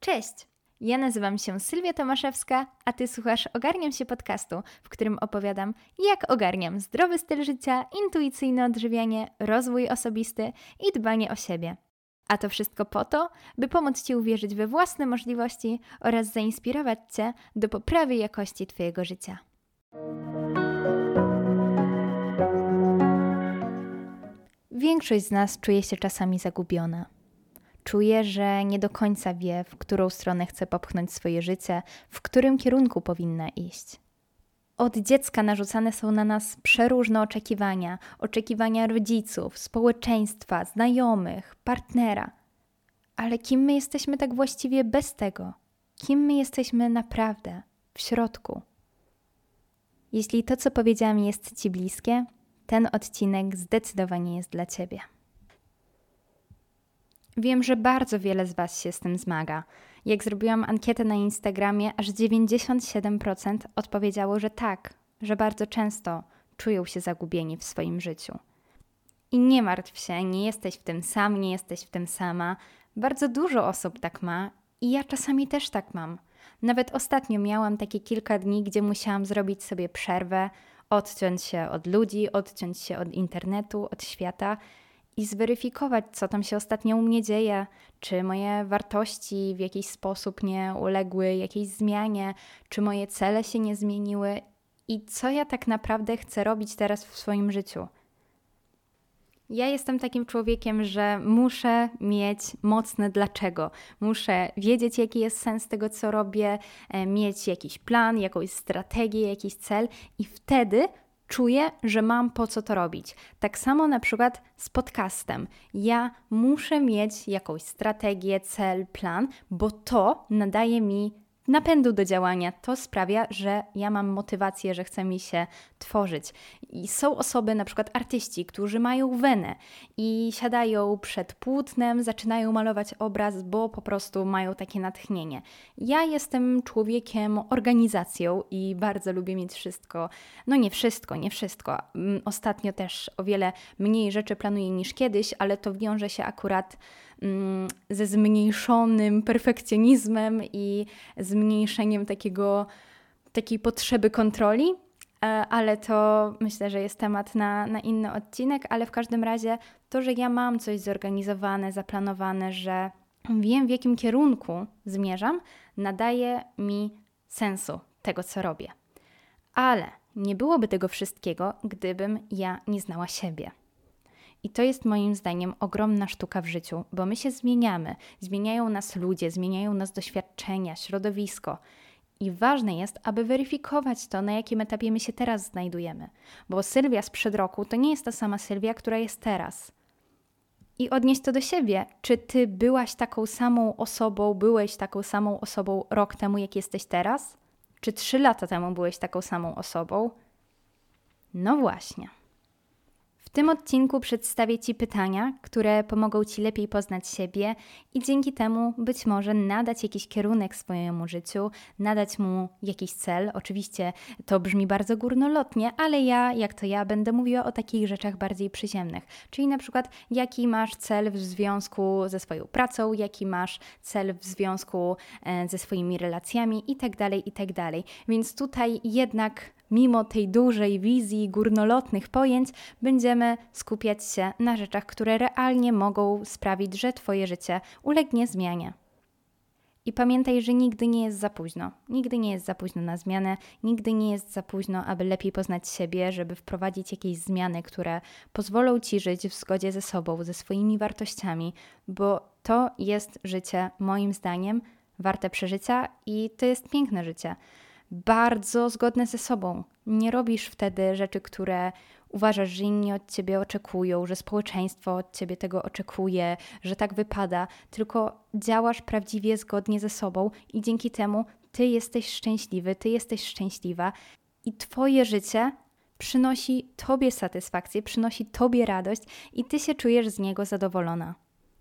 Cześć! Ja nazywam się Sylwia Tomaszewska, a Ty słuchasz Ogarniam się podcastu, w którym opowiadam, jak ogarniam zdrowy styl życia, intuicyjne odżywianie, rozwój osobisty i dbanie o siebie. A to wszystko po to, by pomóc Ci uwierzyć we własne możliwości oraz zainspirować Cię do poprawy jakości Twojego życia. Większość z nas czuje się czasami zagubiona. Czuje, że nie do końca wie, w którą stronę chce popchnąć swoje życie, w którym kierunku powinna iść. Od dziecka narzucane są na nas przeróżne oczekiwania rodziców, społeczeństwa, znajomych, partnera. Ale kim my jesteśmy tak właściwie bez tego? Kim my jesteśmy naprawdę, w środku? Jeśli to, co powiedziałam, jest Ci bliskie, ten odcinek zdecydowanie jest dla Ciebie. Wiem, że bardzo wiele z Was się z tym zmaga. Jak zrobiłam ankietę na Instagramie, aż 97% odpowiedziało, że tak, że bardzo często czują się zagubieni w swoim życiu. I nie martw się, nie jesteś w tym sam, nie jesteś w tym sama. Bardzo dużo osób tak ma i ja czasami też tak mam. Nawet ostatnio miałam takie kilka dni, gdzie musiałam zrobić sobie przerwę, odciąć się od ludzi, odciąć się od internetu, od świata i zweryfikować, co tam się ostatnio u mnie dzieje, czy moje wartości w jakiś sposób nie uległy jakiejś zmianie, czy moje cele się nie zmieniły i co ja tak naprawdę chcę robić teraz w swoim życiu. Ja jestem takim człowiekiem, że muszę mieć mocne dlaczego. Muszę wiedzieć, jaki jest sens tego, co robię, mieć jakiś plan, jakąś strategię, jakiś cel i wtedy czuję, że mam po co to robić. Tak samo na przykład z podcastem. Ja muszę mieć jakąś strategię, cel, plan, bo to nadaje mi napędu do działania. To sprawia, że ja mam motywację, że chce mi się tworzyć. I są osoby, na przykład artyści, którzy mają wenę i siadają przed płótnem, zaczynają malować obraz, bo po prostu mają takie natchnienie. Ja jestem człowiekiem organizacją i bardzo lubię mieć wszystko. No nie wszystko. Ostatnio też o wiele mniej rzeczy planuję niż kiedyś, ale to wiąże się akurat ze zmniejszonym perfekcjonizmem i zmniejszeniem takiej potrzeby kontroli, ale to myślę, że jest temat na inny odcinek, ale w każdym razie to, że ja mam coś zorganizowane, zaplanowane, że wiem, w jakim kierunku zmierzam, nadaje mi sensu tego, co robię. Ale nie byłoby tego wszystkiego, gdybym ja nie znała siebie. I to jest moim zdaniem ogromna sztuka w życiu, bo my się zmieniamy, zmieniają nas ludzie, zmieniają nas doświadczenia, środowisko. I ważne jest, aby weryfikować to, na jakim etapie my się teraz znajdujemy. Bo Sylwia sprzed roku to nie jest ta sama Sylwia, która jest teraz. I odnieść to do siebie. Czy ty byłeś taką samą osobą rok temu, jak jesteś teraz? Czy 3 lata temu byłeś taką samą osobą? No właśnie. W tym odcinku przedstawię Ci pytania, które pomogą Ci lepiej poznać siebie i dzięki temu być może nadać jakiś kierunek swojemu życiu, nadać mu jakiś cel. Oczywiście to brzmi bardzo górnolotnie, ale ja będę mówiła o takich rzeczach bardziej przyziemnych. Czyli na przykład jaki masz cel w związku ze swoją pracą, jaki masz cel w związku ze swoimi relacjami itd. Więc tutaj jednak mimo tej dużej wizji górnolotnych pojęć będziemy skupiać się na rzeczach, które realnie mogą sprawić, że Twoje życie ulegnie zmianie. I pamiętaj, że nigdy nie jest za późno. Nigdy nie jest za późno na zmianę, nigdy nie jest za późno, aby lepiej poznać siebie, żeby wprowadzić jakieś zmiany, które pozwolą Ci żyć w zgodzie ze sobą, ze swoimi wartościami, bo to jest życie, moim zdaniem, warte przeżycia i to jest piękne życie. Bardzo zgodne ze sobą. Nie robisz wtedy rzeczy, które uważasz, że inni od Ciebie oczekują, że społeczeństwo od Ciebie tego oczekuje, że tak wypada, tylko działasz prawdziwie zgodnie ze sobą i dzięki temu Ty jesteś szczęśliwy, Ty jesteś szczęśliwa i Twoje życie przynosi Tobie satysfakcję, przynosi Tobie radość i Ty się czujesz z niego zadowolona.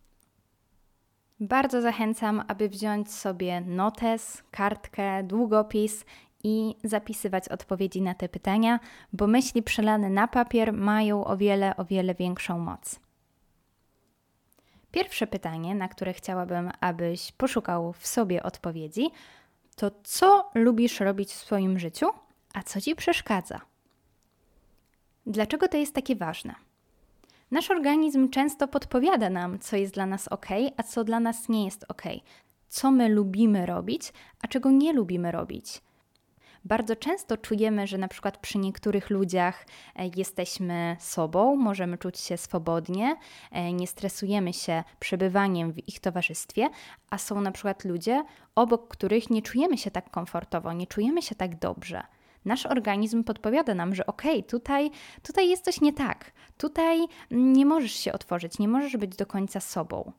Bardzo zachęcam, aby wziąć sobie notes, kartkę, długopis i zapisywać odpowiedzi na te pytania, bo myśli przelane na papier mają o wiele większą moc. Pierwsze pytanie, na które chciałabym, abyś poszukał w sobie odpowiedzi, to co lubisz robić w swoim życiu, a co ci przeszkadza? Dlaczego to jest takie ważne? Nasz organizm często podpowiada nam, co jest dla nas ok, a co dla nas nie jest ok. Co my lubimy robić, a czego nie lubimy robić. Bardzo często czujemy, że na przykład przy niektórych ludziach jesteśmy sobą, możemy czuć się swobodnie, nie stresujemy się przebywaniem w ich towarzystwie, a są na przykład ludzie, obok których nie czujemy się tak komfortowo, nie czujemy się tak dobrze. Nasz organizm podpowiada nam, że tutaj jest coś nie tak, tutaj nie możesz się otworzyć, nie możesz być do końca sobą.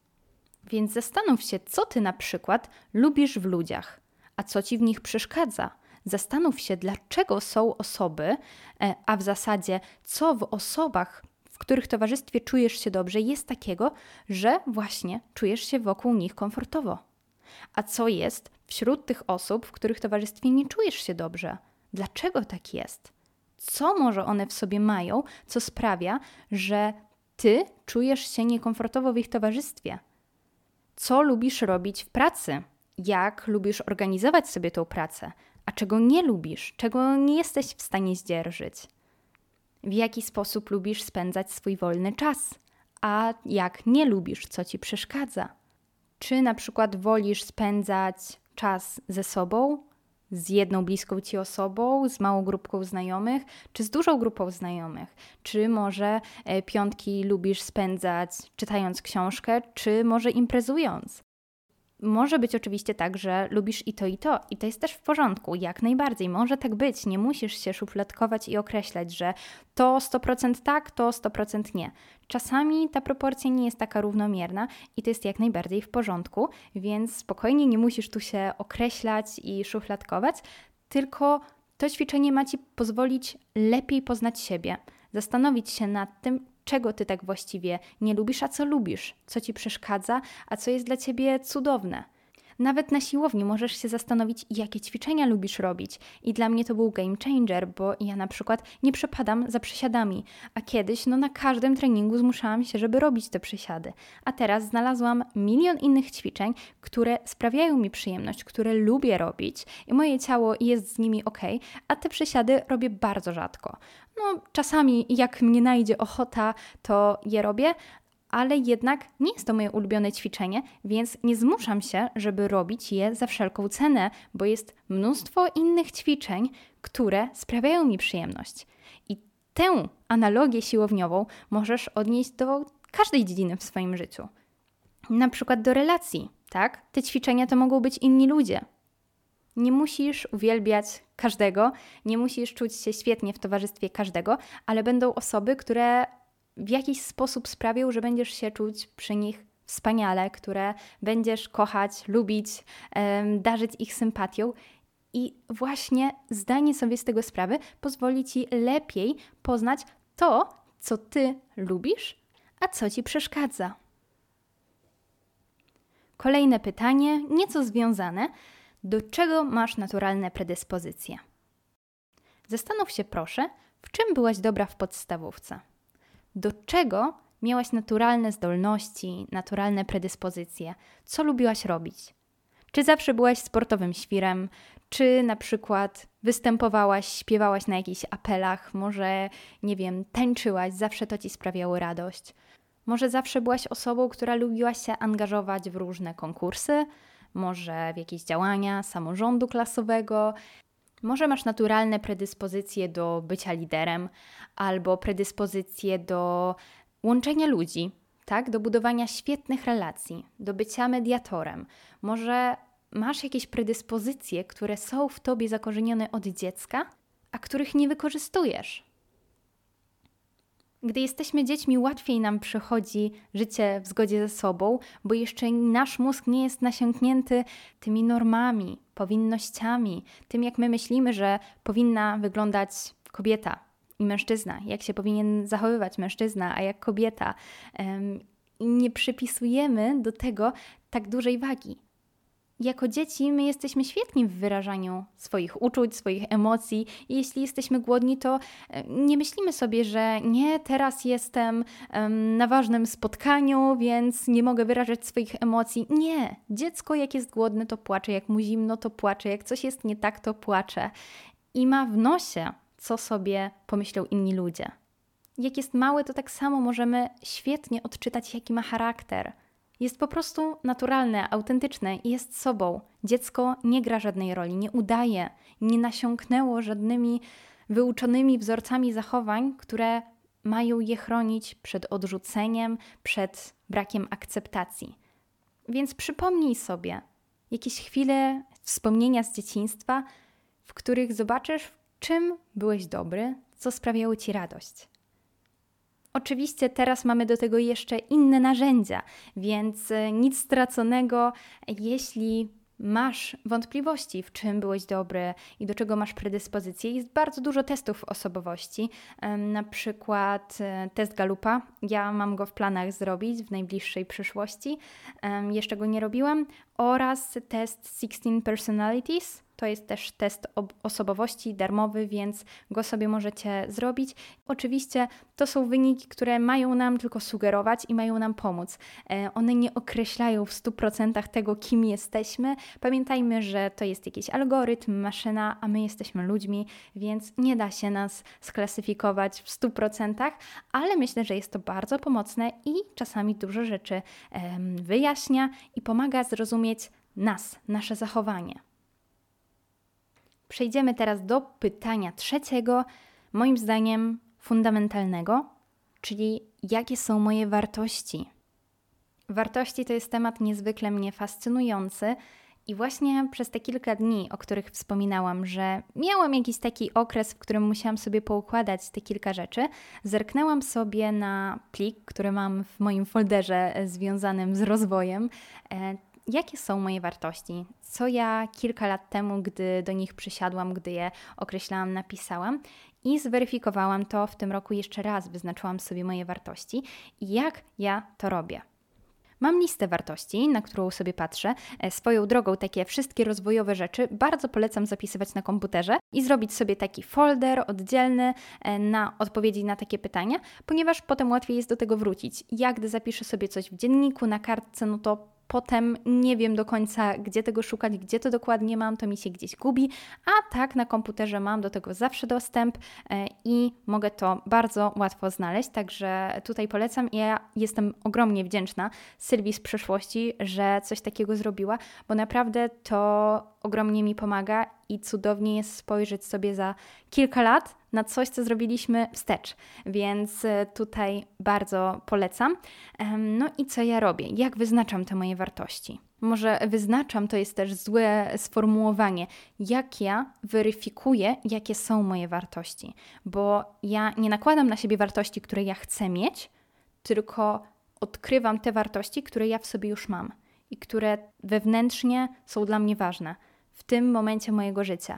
Więc zastanów się, co ty na przykład lubisz w ludziach, a co ci w nich przeszkadza. Zastanów się, dlaczego są osoby, a w zasadzie co w osobach, w których towarzystwie czujesz się dobrze, jest takiego, że właśnie czujesz się wokół nich komfortowo. A co jest wśród tych osób, w których towarzystwie nie czujesz się dobrze? Dlaczego tak jest? Co może one w sobie mają, co sprawia, że ty czujesz się niekomfortowo w ich towarzystwie? Co lubisz robić w pracy? Jak lubisz organizować sobie tą pracę? A czego nie lubisz? Czego nie jesteś w stanie zdzierżyć? W jaki sposób lubisz spędzać swój wolny czas? A jak nie lubisz, co ci przeszkadza? Czy na przykład wolisz spędzać czas ze sobą, z jedną bliską ci osobą, z małą grupką znajomych, czy z dużą grupą znajomych? Czy może piątki lubisz spędzać czytając książkę, czy może imprezując? Może być oczywiście tak, że lubisz i to jest też w porządku, jak najbardziej, może tak być, nie musisz się szufladkować i określać, że to 100% tak, to 100% nie. Czasami ta proporcja nie jest taka równomierna i to jest jak najbardziej w porządku, więc spokojnie nie musisz tu się określać i szufladkować, tylko to ćwiczenie ma ci pozwolić lepiej poznać siebie, zastanowić się nad tym, czego ty tak właściwie nie lubisz, a co lubisz, co ci przeszkadza, a co jest dla ciebie cudowne. Nawet na siłowni możesz się zastanowić, jakie ćwiczenia lubisz robić. I dla mnie to był game changer, bo ja na przykład nie przepadam za przysiadami, a kiedyś na każdym treningu zmuszałam się, żeby robić te przysiady. A teraz znalazłam milion innych ćwiczeń, które sprawiają mi przyjemność, które lubię robić i moje ciało jest z nimi ok, a te przysiady robię bardzo rzadko. Czasami jak mnie najdzie ochota, to je robię, ale jednak nie jest to moje ulubione ćwiczenie, więc nie zmuszam się, żeby robić je za wszelką cenę, bo jest mnóstwo innych ćwiczeń, które sprawiają mi przyjemność. I tę analogię siłowniową możesz odnieść do każdej dziedziny w swoim życiu. Na przykład do relacji, tak? Te ćwiczenia to mogą być inni ludzie. Nie musisz uwielbiać każdego, nie musisz czuć się świetnie w towarzystwie każdego, ale będą osoby, które w jakiś sposób sprawią, że będziesz się czuć przy nich wspaniale, które będziesz kochać, lubić, darzyć ich sympatią. I właśnie zdanie sobie z tego sprawy pozwoli ci lepiej poznać to, co ty lubisz, a co ci przeszkadza. Kolejne pytanie, nieco związane. Do czego masz naturalne predyspozycje? Zastanów się proszę, w czym byłaś dobra w podstawówce? Do czego miałaś naturalne zdolności, naturalne predyspozycje? Co lubiłaś robić? Czy zawsze byłaś sportowym świrem? Czy na przykład występowałaś, śpiewałaś na jakichś apelach? Może, tańczyłaś, zawsze to ci sprawiało radość? Może zawsze byłaś osobą, która lubiła się angażować w różne konkursy? Może w jakieś działania samorządu klasowego? Może masz naturalne predyspozycje do bycia liderem albo predyspozycje do łączenia ludzi, tak? Do budowania świetnych relacji, do bycia mediatorem. Może masz jakieś predyspozycje, które są w tobie zakorzenione od dziecka, a których nie wykorzystujesz. Gdy jesteśmy dziećmi, łatwiej nam przychodzi życie w zgodzie ze sobą, bo jeszcze nasz mózg nie jest nasiąknięty tymi normami, powinnościami, tym jak my myślimy, że powinna wyglądać kobieta i mężczyzna, jak się powinien zachowywać mężczyzna, a jak kobieta. I nie przypisujemy do tego tak dużej wagi. jako dzieci my jesteśmy świetni w wyrażaniu swoich uczuć, swoich emocji i jeśli jesteśmy głodni, to nie myślimy sobie, że nie, teraz jestem na ważnym spotkaniu, więc nie mogę wyrażać swoich emocji. Nie, dziecko jak jest głodne, to płacze, jak mu zimno, to płacze, jak coś jest nie tak, to płacze i ma w nosie, co sobie pomyślą inni ludzie. Jak jest mały, to tak samo możemy świetnie odczytać, jaki ma charakter. Jest po prostu naturalne, autentyczne i jest sobą. Dziecko nie gra żadnej roli, nie udaje, nie nasiąknęło żadnymi wyuczonymi wzorcami zachowań, które mają je chronić przed odrzuceniem, przed brakiem akceptacji. Więc przypomnij sobie jakieś chwile, wspomnienia z dzieciństwa, w których zobaczysz, w czym byłeś dobry, co sprawiało ci radość. Oczywiście teraz mamy do tego jeszcze inne narzędzia, więc nic straconego, jeśli masz wątpliwości, w czym byłeś dobry i do czego masz predyspozycję. Jest bardzo dużo testów osobowości, na przykład test Gallupa. Ja mam go w planach zrobić w najbliższej przyszłości, jeszcze go nie robiłam, oraz test 16 Personalities. To jest też test osobowości darmowy, więc go sobie możecie zrobić. Oczywiście to są wyniki, które mają nam tylko sugerować i mają nam pomóc. One nie określają w 100% tego, kim jesteśmy. Pamiętajmy, że to jest jakiś algorytm, maszyna, a my jesteśmy ludźmi, więc nie da się nas sklasyfikować w 100%, ale myślę, że jest to bardzo pomocne i czasami dużo rzeczy wyjaśnia i pomaga zrozumieć nas, nasze zachowanie. Przejdziemy teraz do pytania trzeciego, moim zdaniem fundamentalnego, czyli jakie są moje wartości? Wartości to jest temat niezwykle mnie fascynujący i właśnie przez te kilka dni, o których wspominałam, że miałam jakiś taki okres, w którym musiałam sobie poukładać te kilka rzeczy, zerknęłam sobie na plik, który mam w moim folderze związanym z rozwojem. Jakie są moje wartości? Co ja kilka lat temu, gdy do nich przysiadłam, gdy je określałam, napisałam i zweryfikowałam to w tym roku jeszcze raz, wyznaczyłam sobie moje wartości i jak ja to robię. Mam listę wartości, na którą sobie patrzę. Swoją drogą takie wszystkie rozwojowe rzeczy bardzo polecam zapisywać na komputerze i zrobić sobie taki folder oddzielny na odpowiedzi na takie pytania, ponieważ potem łatwiej jest do tego wrócić. Ja gdy zapiszę sobie coś w dzienniku, na kartce, no to potem nie wiem do końca, gdzie tego szukać, gdzie to dokładnie mam, to mi się gdzieś gubi, a tak na komputerze mam do tego zawsze dostęp i mogę to bardzo łatwo znaleźć, także tutaj polecam i ja jestem ogromnie wdzięczna Sylwii z przeszłości, że coś takiego zrobiła, bo naprawdę to ogromnie mi pomaga i cudownie jest spojrzeć sobie za kilka lat na coś, co zrobiliśmy wstecz, więc tutaj bardzo polecam. No i co ja robię? Jak wyznaczam te moje wartości? Może wyznaczam, to jest też złe sformułowanie. Jak ja weryfikuję, jakie są moje wartości? Bo ja nie nakładam na siebie wartości, które ja chcę mieć, tylko odkrywam te wartości, które ja w sobie już mam i które wewnętrznie są dla mnie ważne w tym momencie mojego życia.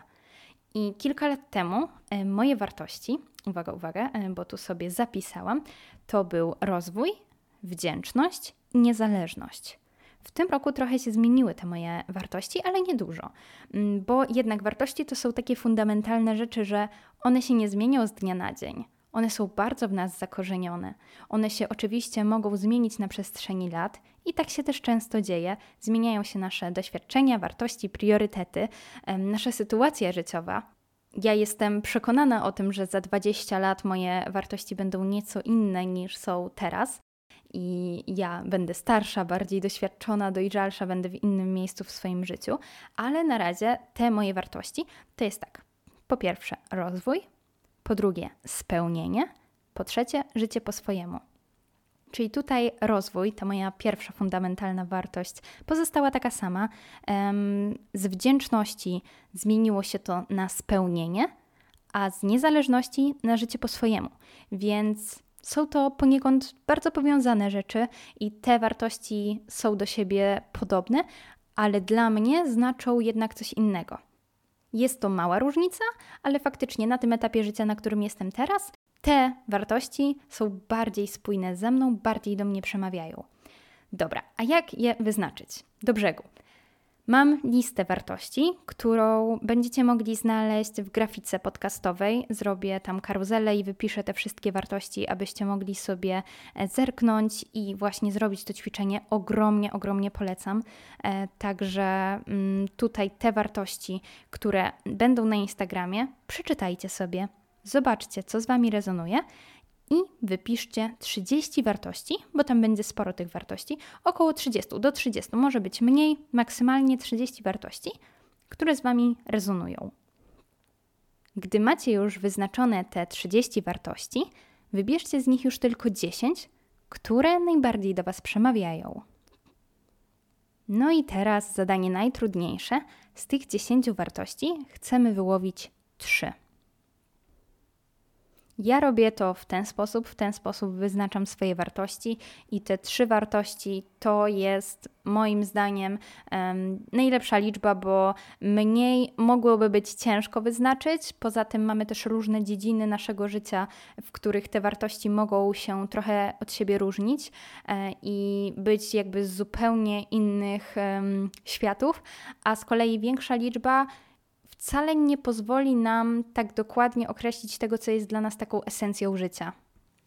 I kilka lat temu moje wartości, uwaga, bo tu sobie zapisałam, to był rozwój, wdzięczność i niezależność. W tym roku trochę się zmieniły te moje wartości, ale nie dużo, bo jednak wartości to są takie fundamentalne rzeczy, że one się nie zmienią z dnia na dzień. One są bardzo w nas zakorzenione. One się oczywiście mogą zmienić na przestrzeni lat i tak się też często dzieje. Zmieniają się nasze doświadczenia, wartości, priorytety, nasza sytuacja życiowa. Ja jestem przekonana o tym, że za 20 lat moje wartości będą nieco inne niż są teraz. I ja będę starsza, bardziej doświadczona, dojrzalsza, będę w innym miejscu w swoim życiu. Ale na razie te moje wartości to jest tak. Po pierwsze rozwój, po drugie spełnienie, po trzecie życie po swojemu. Czyli tutaj rozwój, ta moja pierwsza fundamentalna wartość, pozostała taka sama. Z wdzięczności zmieniło się to na spełnienie, a z niezależności na życie po swojemu. Więc są to poniekąd bardzo powiązane rzeczy i te wartości są do siebie podobne, ale dla mnie znaczą jednak coś innego. Jest to mała różnica, ale faktycznie na tym etapie życia, na którym jestem teraz, te wartości są bardziej spójne ze mną, bardziej do mnie przemawiają. Dobra, a jak je wyznaczyć? Do brzegu. Mam listę wartości, którą będziecie mogli znaleźć w grafice podcastowej. Zrobię tam karuzelę i wypiszę te wszystkie wartości, abyście mogli sobie zerknąć i właśnie zrobić to ćwiczenie. Ogromnie polecam. Także tutaj te wartości, które będą na Instagramie, przeczytajcie sobie, zobaczcie, co z Wami rezonuje i wypiszcie 30 wartości, bo tam będzie sporo tych wartości, około 30, do 30, może być mniej, maksymalnie 30 wartości, które z Wami rezonują. Gdy macie już wyznaczone te 30 wartości, wybierzcie z nich już tylko 10, które najbardziej do Was przemawiają. No i teraz zadanie najtrudniejsze. Z tych 10 wartości chcemy wyłowić 3. Ja robię to w ten sposób wyznaczam swoje wartości i te 3 wartości to jest moim zdaniem najlepsza liczba, bo mniej mogłoby być ciężko wyznaczyć. Poza tym mamy też różne dziedziny naszego życia, w których te wartości mogą się trochę od siebie różnić i być jakby z zupełnie innych światów, a z kolei większa liczba wcale nie pozwoli nam tak dokładnie określić tego, co jest dla nas taką esencją życia.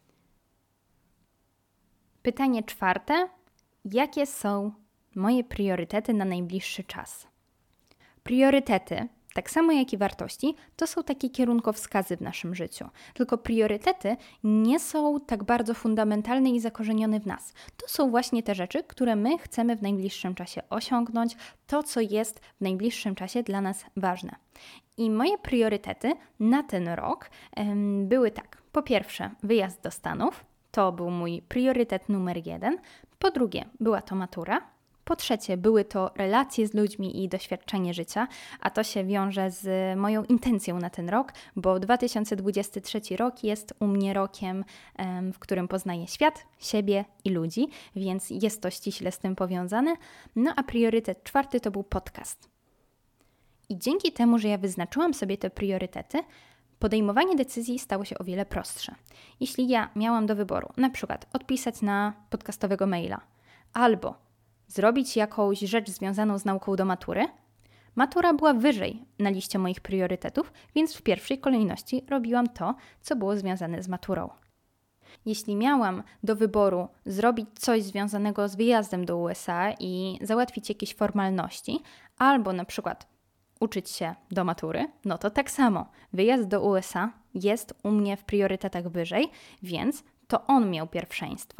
Pytanie 4. Jakie są moje priorytety na najbliższy czas? Priorytety, tak samo jak i wartości, to są takie kierunkowskazy w naszym życiu. Tylko priorytety nie są tak bardzo fundamentalne i zakorzenione w nas. To są właśnie te rzeczy, które my chcemy w najbliższym czasie osiągnąć, to co jest w najbliższym czasie dla nas ważne. I moje priorytety na ten rok były tak. Po pierwsze, wyjazd do Stanów. To był mój priorytet numer 1. Po drugie, była to matura. Po trzecie, były to relacje z ludźmi i doświadczenie życia, a to się wiąże z moją intencją na ten rok, bo 2023 rok jest u mnie rokiem, w którym poznaję świat, siebie i ludzi, więc jest to ściśle z tym powiązane. No a priorytet 4 to był podcast. I dzięki temu, że ja wyznaczyłam sobie te priorytety, podejmowanie decyzji stało się o wiele prostsze. Jeśli ja miałam do wyboru na przykład odpisać na podcastowego maila albo zrobić jakąś rzecz związaną z nauką do matury, matura była wyżej na liście moich priorytetów, więc w pierwszej kolejności robiłam to, co było związane z maturą. Jeśli miałam do wyboru zrobić coś związanego z wyjazdem do USA i załatwić jakieś formalności, albo na przykład uczyć się do matury, no to tak samo. Wyjazd do USA jest u mnie w priorytetach wyżej, więc to on miał pierwszeństwo.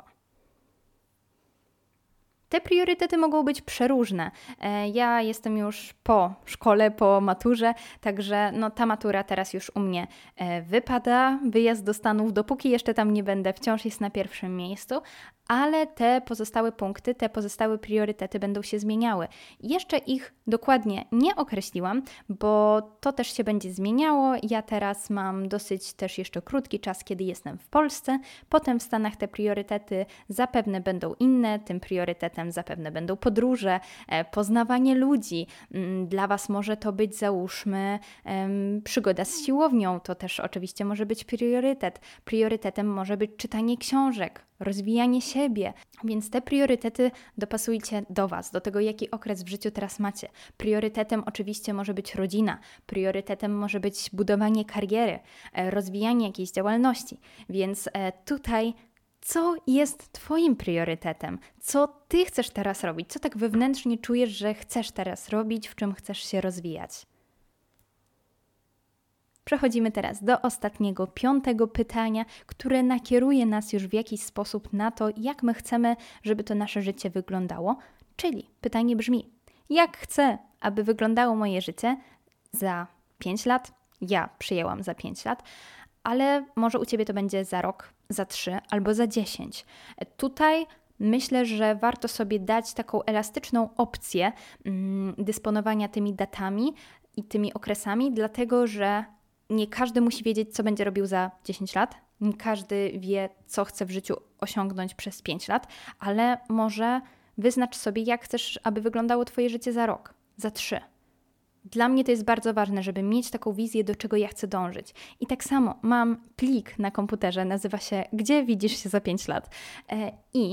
Te priorytety mogą być przeróżne. Ja jestem już po szkole, po maturze, także ta matura teraz już u mnie wypada. Wyjazd do Stanów, dopóki jeszcze tam nie będę, wciąż jest na pierwszym miejscu, ale te pozostałe punkty, te pozostałe priorytety będą się zmieniały. Jeszcze ich dokładnie nie określiłam, bo to też się będzie zmieniało. Ja teraz mam dosyć też jeszcze krótki czas, kiedy jestem w Polsce. Potem w Stanach te priorytety zapewne będą inne. Tym priorytetem zapewne będą podróże, poznawanie ludzi. Dla Was może to być, załóżmy, przygoda z siłownią. To też oczywiście może być priorytet. Priorytetem może być czytanie książek, rozwijanie siebie, więc te priorytety dopasujcie do Was, do tego, jaki okres w życiu teraz macie. Priorytetem oczywiście może być rodzina, priorytetem może być budowanie kariery, rozwijanie jakiejś działalności, więc tutaj co jest Twoim priorytetem? Co Ty chcesz teraz robić? Co tak wewnętrznie czujesz, że chcesz teraz robić, w czym chcesz się rozwijać? Przechodzimy teraz do ostatniego, 5. pytania, które nakieruje nas już w jakiś sposób na to, jak my chcemy, żeby to nasze życie wyglądało. Czyli pytanie brzmi, jak chcę, aby wyglądało moje życie za 5 lat? Ja przyjęłam za 5 lat, ale może u Ciebie to będzie za rok, za 3 albo za 10. Tutaj myślę, że warto sobie dać taką elastyczną opcję dysponowania tymi datami i tymi okresami, dlatego że nie każdy musi wiedzieć, co będzie robił za 10 lat. Nie każdy wie, co chce w życiu osiągnąć przez 5 lat, ale może wyznacz sobie, jak chcesz, aby wyglądało Twoje życie za rok, za 3. Dla mnie to jest bardzo ważne, żeby mieć taką wizję, do czego ja chcę dążyć. I tak samo mam plik na komputerze, nazywa się Gdzie widzisz się za 5 lat? I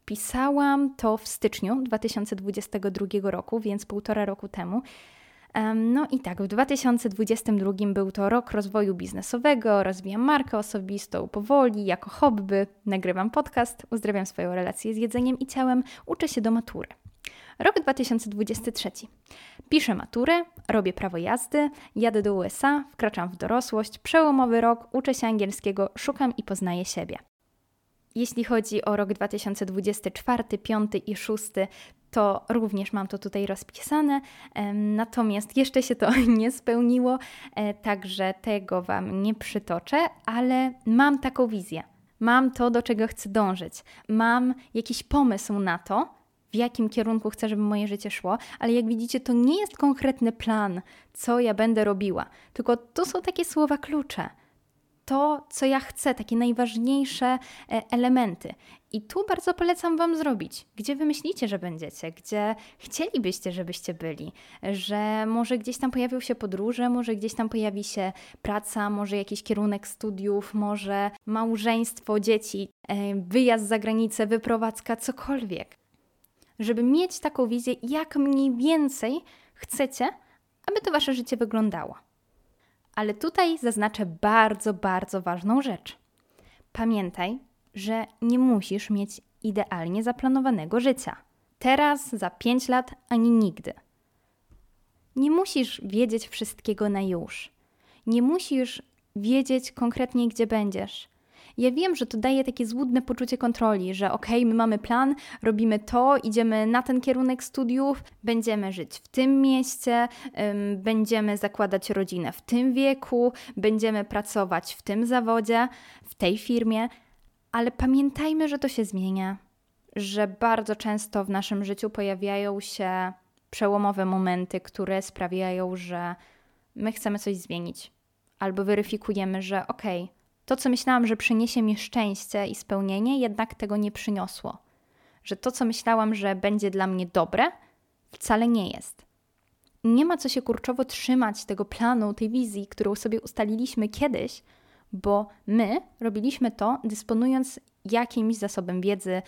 Wpisałam to w styczniu 2022 roku, więc 1,5 roku temu. No i tak, w 2022 był to rok rozwoju biznesowego, rozwijam markę osobistą powoli, jako hobby, nagrywam podcast, uzdrawiam swoją relację z jedzeniem i ciałem, uczę się do matury. Rok 2023. Piszę maturę, robię prawo jazdy, jadę do USA, wkraczam w dorosłość, przełomowy rok, uczę się angielskiego, szukam i poznaję siebie. Jeśli chodzi o rok 2024, 5 i 6, to również mam to tutaj rozpisane, natomiast jeszcze się to nie spełniło, także tego Wam nie przytoczę, ale mam taką wizję. Mam to, do czego chcę dążyć. Mam jakiś pomysł na to, w jakim kierunku chcę, żeby moje życie szło, ale jak widzicie, to nie jest konkretny plan, co ja będę robiła, tylko to są takie słowa klucze. To, co ja chcę, takie najważniejsze elementy. I tu bardzo polecam Wam zrobić, gdzie wy myślicie, że będziecie, gdzie chcielibyście, żebyście byli, że może gdzieś tam pojawią się podróże, może gdzieś tam pojawi się praca, może jakiś kierunek studiów, może małżeństwo, dzieci, wyjazd za granicę, wyprowadzka, cokolwiek. Żeby mieć taką wizję, jak mniej więcej chcecie, aby to Wasze życie wyglądało. Ale tutaj zaznaczę bardzo, bardzo ważną rzecz. Pamiętaj, że nie musisz mieć idealnie zaplanowanego życia. Teraz, za 5 lat, ani nigdy. Nie musisz wiedzieć wszystkiego na już. Nie musisz wiedzieć konkretnie, gdzie będziesz. Ja wiem, że to daje takie złudne poczucie kontroli, że my mamy plan, robimy to, idziemy na ten kierunek studiów, będziemy żyć w tym mieście, będziemy zakładać rodzinę w tym wieku, będziemy pracować w tym zawodzie, w tej firmie, ale pamiętajmy, że to się zmienia, że bardzo często w naszym życiu pojawiają się przełomowe momenty, które sprawiają, że my chcemy coś zmienić, albo weryfikujemy, że to, co myślałam, że przyniesie mi szczęście i spełnienie, jednak tego nie przyniosło. Że to, co myślałam, że będzie dla mnie dobre, wcale nie jest. Nie ma co się kurczowo trzymać tego planu, tej wizji, którą sobie ustaliliśmy kiedyś, bo my robiliśmy to, dysponując jakimś zasobem wiedzy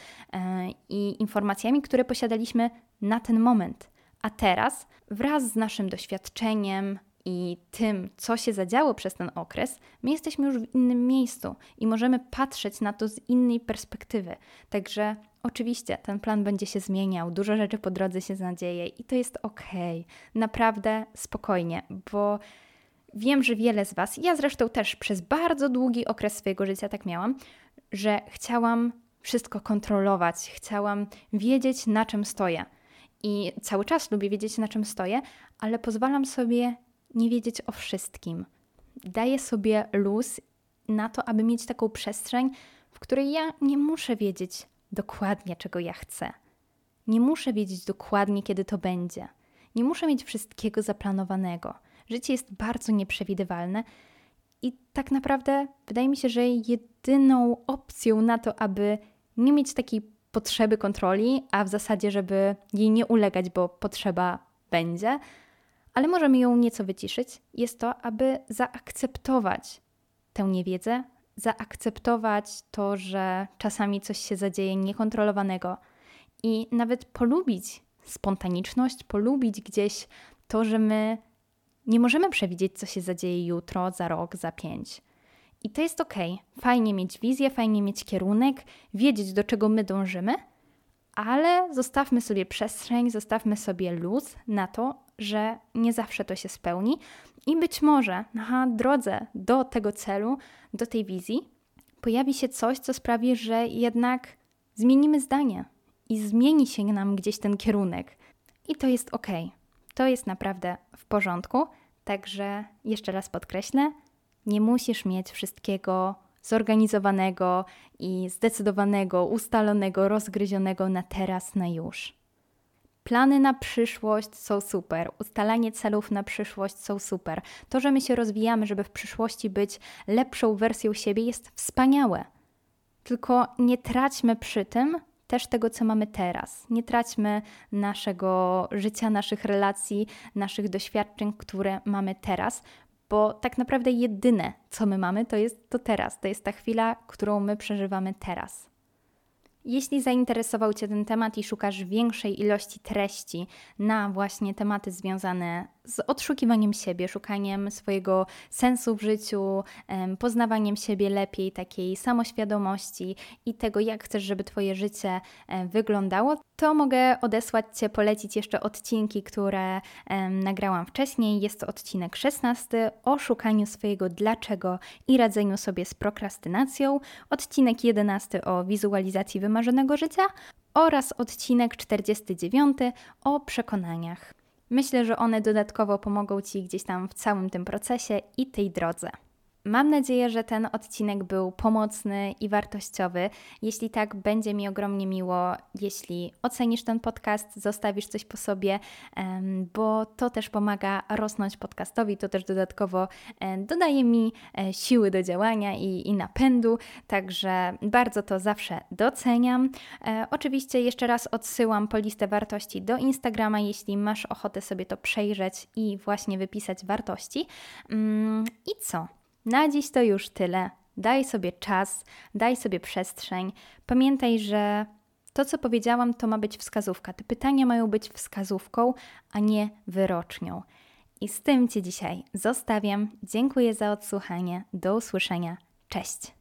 i informacjami, które posiadaliśmy na ten moment. A teraz, wraz z naszym doświadczeniem i tym, co się zadziało przez ten okres, my jesteśmy już w innym miejscu i możemy patrzeć na to z innej perspektywy. Także oczywiście ten plan będzie się zmieniał, dużo rzeczy po drodze się zadzieje i to jest okej. Naprawdę spokojnie, bo wiem, że wiele z Was, ja zresztą też przez bardzo długi okres swojego życia tak miałam, że chciałam wszystko kontrolować, chciałam wiedzieć, na czym stoję. I cały czas lubię wiedzieć, na czym stoję, ale pozwalam sobie nie wiedzieć o wszystkim. Daję sobie luz na to, aby mieć taką przestrzeń, w której ja nie muszę wiedzieć dokładnie, czego ja chcę. Nie muszę wiedzieć dokładnie, kiedy to będzie. Nie muszę mieć wszystkiego zaplanowanego. Życie jest bardzo nieprzewidywalne i tak naprawdę wydaje mi się, że jedyną opcją na to, aby nie mieć takiej potrzeby kontroli, a w zasadzie, żeby jej nie ulegać, bo potrzeba będzie, ale możemy ją nieco wyciszyć, jest to, aby zaakceptować tę niewiedzę, zaakceptować to, że czasami coś się zadzieje niekontrolowanego i nawet polubić spontaniczność, polubić gdzieś to, że my nie możemy przewidzieć, co się zadzieje jutro, za rok, za 5. I to jest okej. Fajnie mieć wizję, fajnie mieć kierunek, wiedzieć, do czego my dążymy, ale zostawmy sobie przestrzeń, zostawmy sobie luz na to, że nie zawsze to się spełni i być może na drodze do tego celu, do tej wizji pojawi się coś, co sprawi, że jednak zmienimy zdanie i zmieni się nam gdzieś ten kierunek. I to jest okej. To jest naprawdę w porządku. Także jeszcze raz podkreślę, nie musisz mieć wszystkiego zorganizowanego i zdecydowanego, ustalonego, rozgryzionego na teraz, na już. Plany na przyszłość są super, ustalanie celów na przyszłość są super. To, że my się rozwijamy, żeby w przyszłości być lepszą wersją siebie, jest wspaniałe. Tylko nie traćmy przy tym też tego, co mamy teraz. Nie traćmy naszego życia, naszych relacji, naszych doświadczeń, które mamy teraz, bo tak naprawdę jedyne, co my mamy, to jest to teraz. To jest ta chwila, którą my przeżywamy teraz. Jeśli zainteresował Cię ten temat i szukasz większej ilości treści na właśnie tematy związane z odszukiwaniem siebie, szukaniem swojego sensu w życiu, poznawaniem siebie lepiej, takiej samoświadomości i tego, jak chcesz, żeby Twoje życie wyglądało, to mogę odesłać Cię, polecić jeszcze odcinki, które nagrałam wcześniej. Jest to odcinek 16 o szukaniu swojego dlaczego i radzeniu sobie z prokrastynacją, odcinek 11 o wizualizacji wymarzonego życia oraz odcinek 49 o przekonaniach. Myślę, że one dodatkowo pomogą Ci gdzieś tam w całym tym procesie i tej drodze. Mam nadzieję, że ten odcinek był pomocny i wartościowy. Jeśli tak, będzie mi ogromnie miło, jeśli ocenisz ten podcast, zostawisz coś po sobie, bo to też pomaga rosnąć podcastowi, to też dodatkowo dodaje mi siły do działania i napędu, także bardzo to zawsze doceniam. Oczywiście jeszcze raz odsyłam po listę wartości do Instagrama, jeśli masz ochotę sobie to przejrzeć i właśnie wypisać wartości. I co? Na dziś to już tyle. Daj sobie czas, daj sobie przestrzeń. Pamiętaj, że to, co powiedziałam, to ma być wskazówka. Te pytania mają być wskazówką, a nie wyrocznią. I z tym Cię dzisiaj zostawiam. Dziękuję za odsłuchanie. Do usłyszenia. Cześć!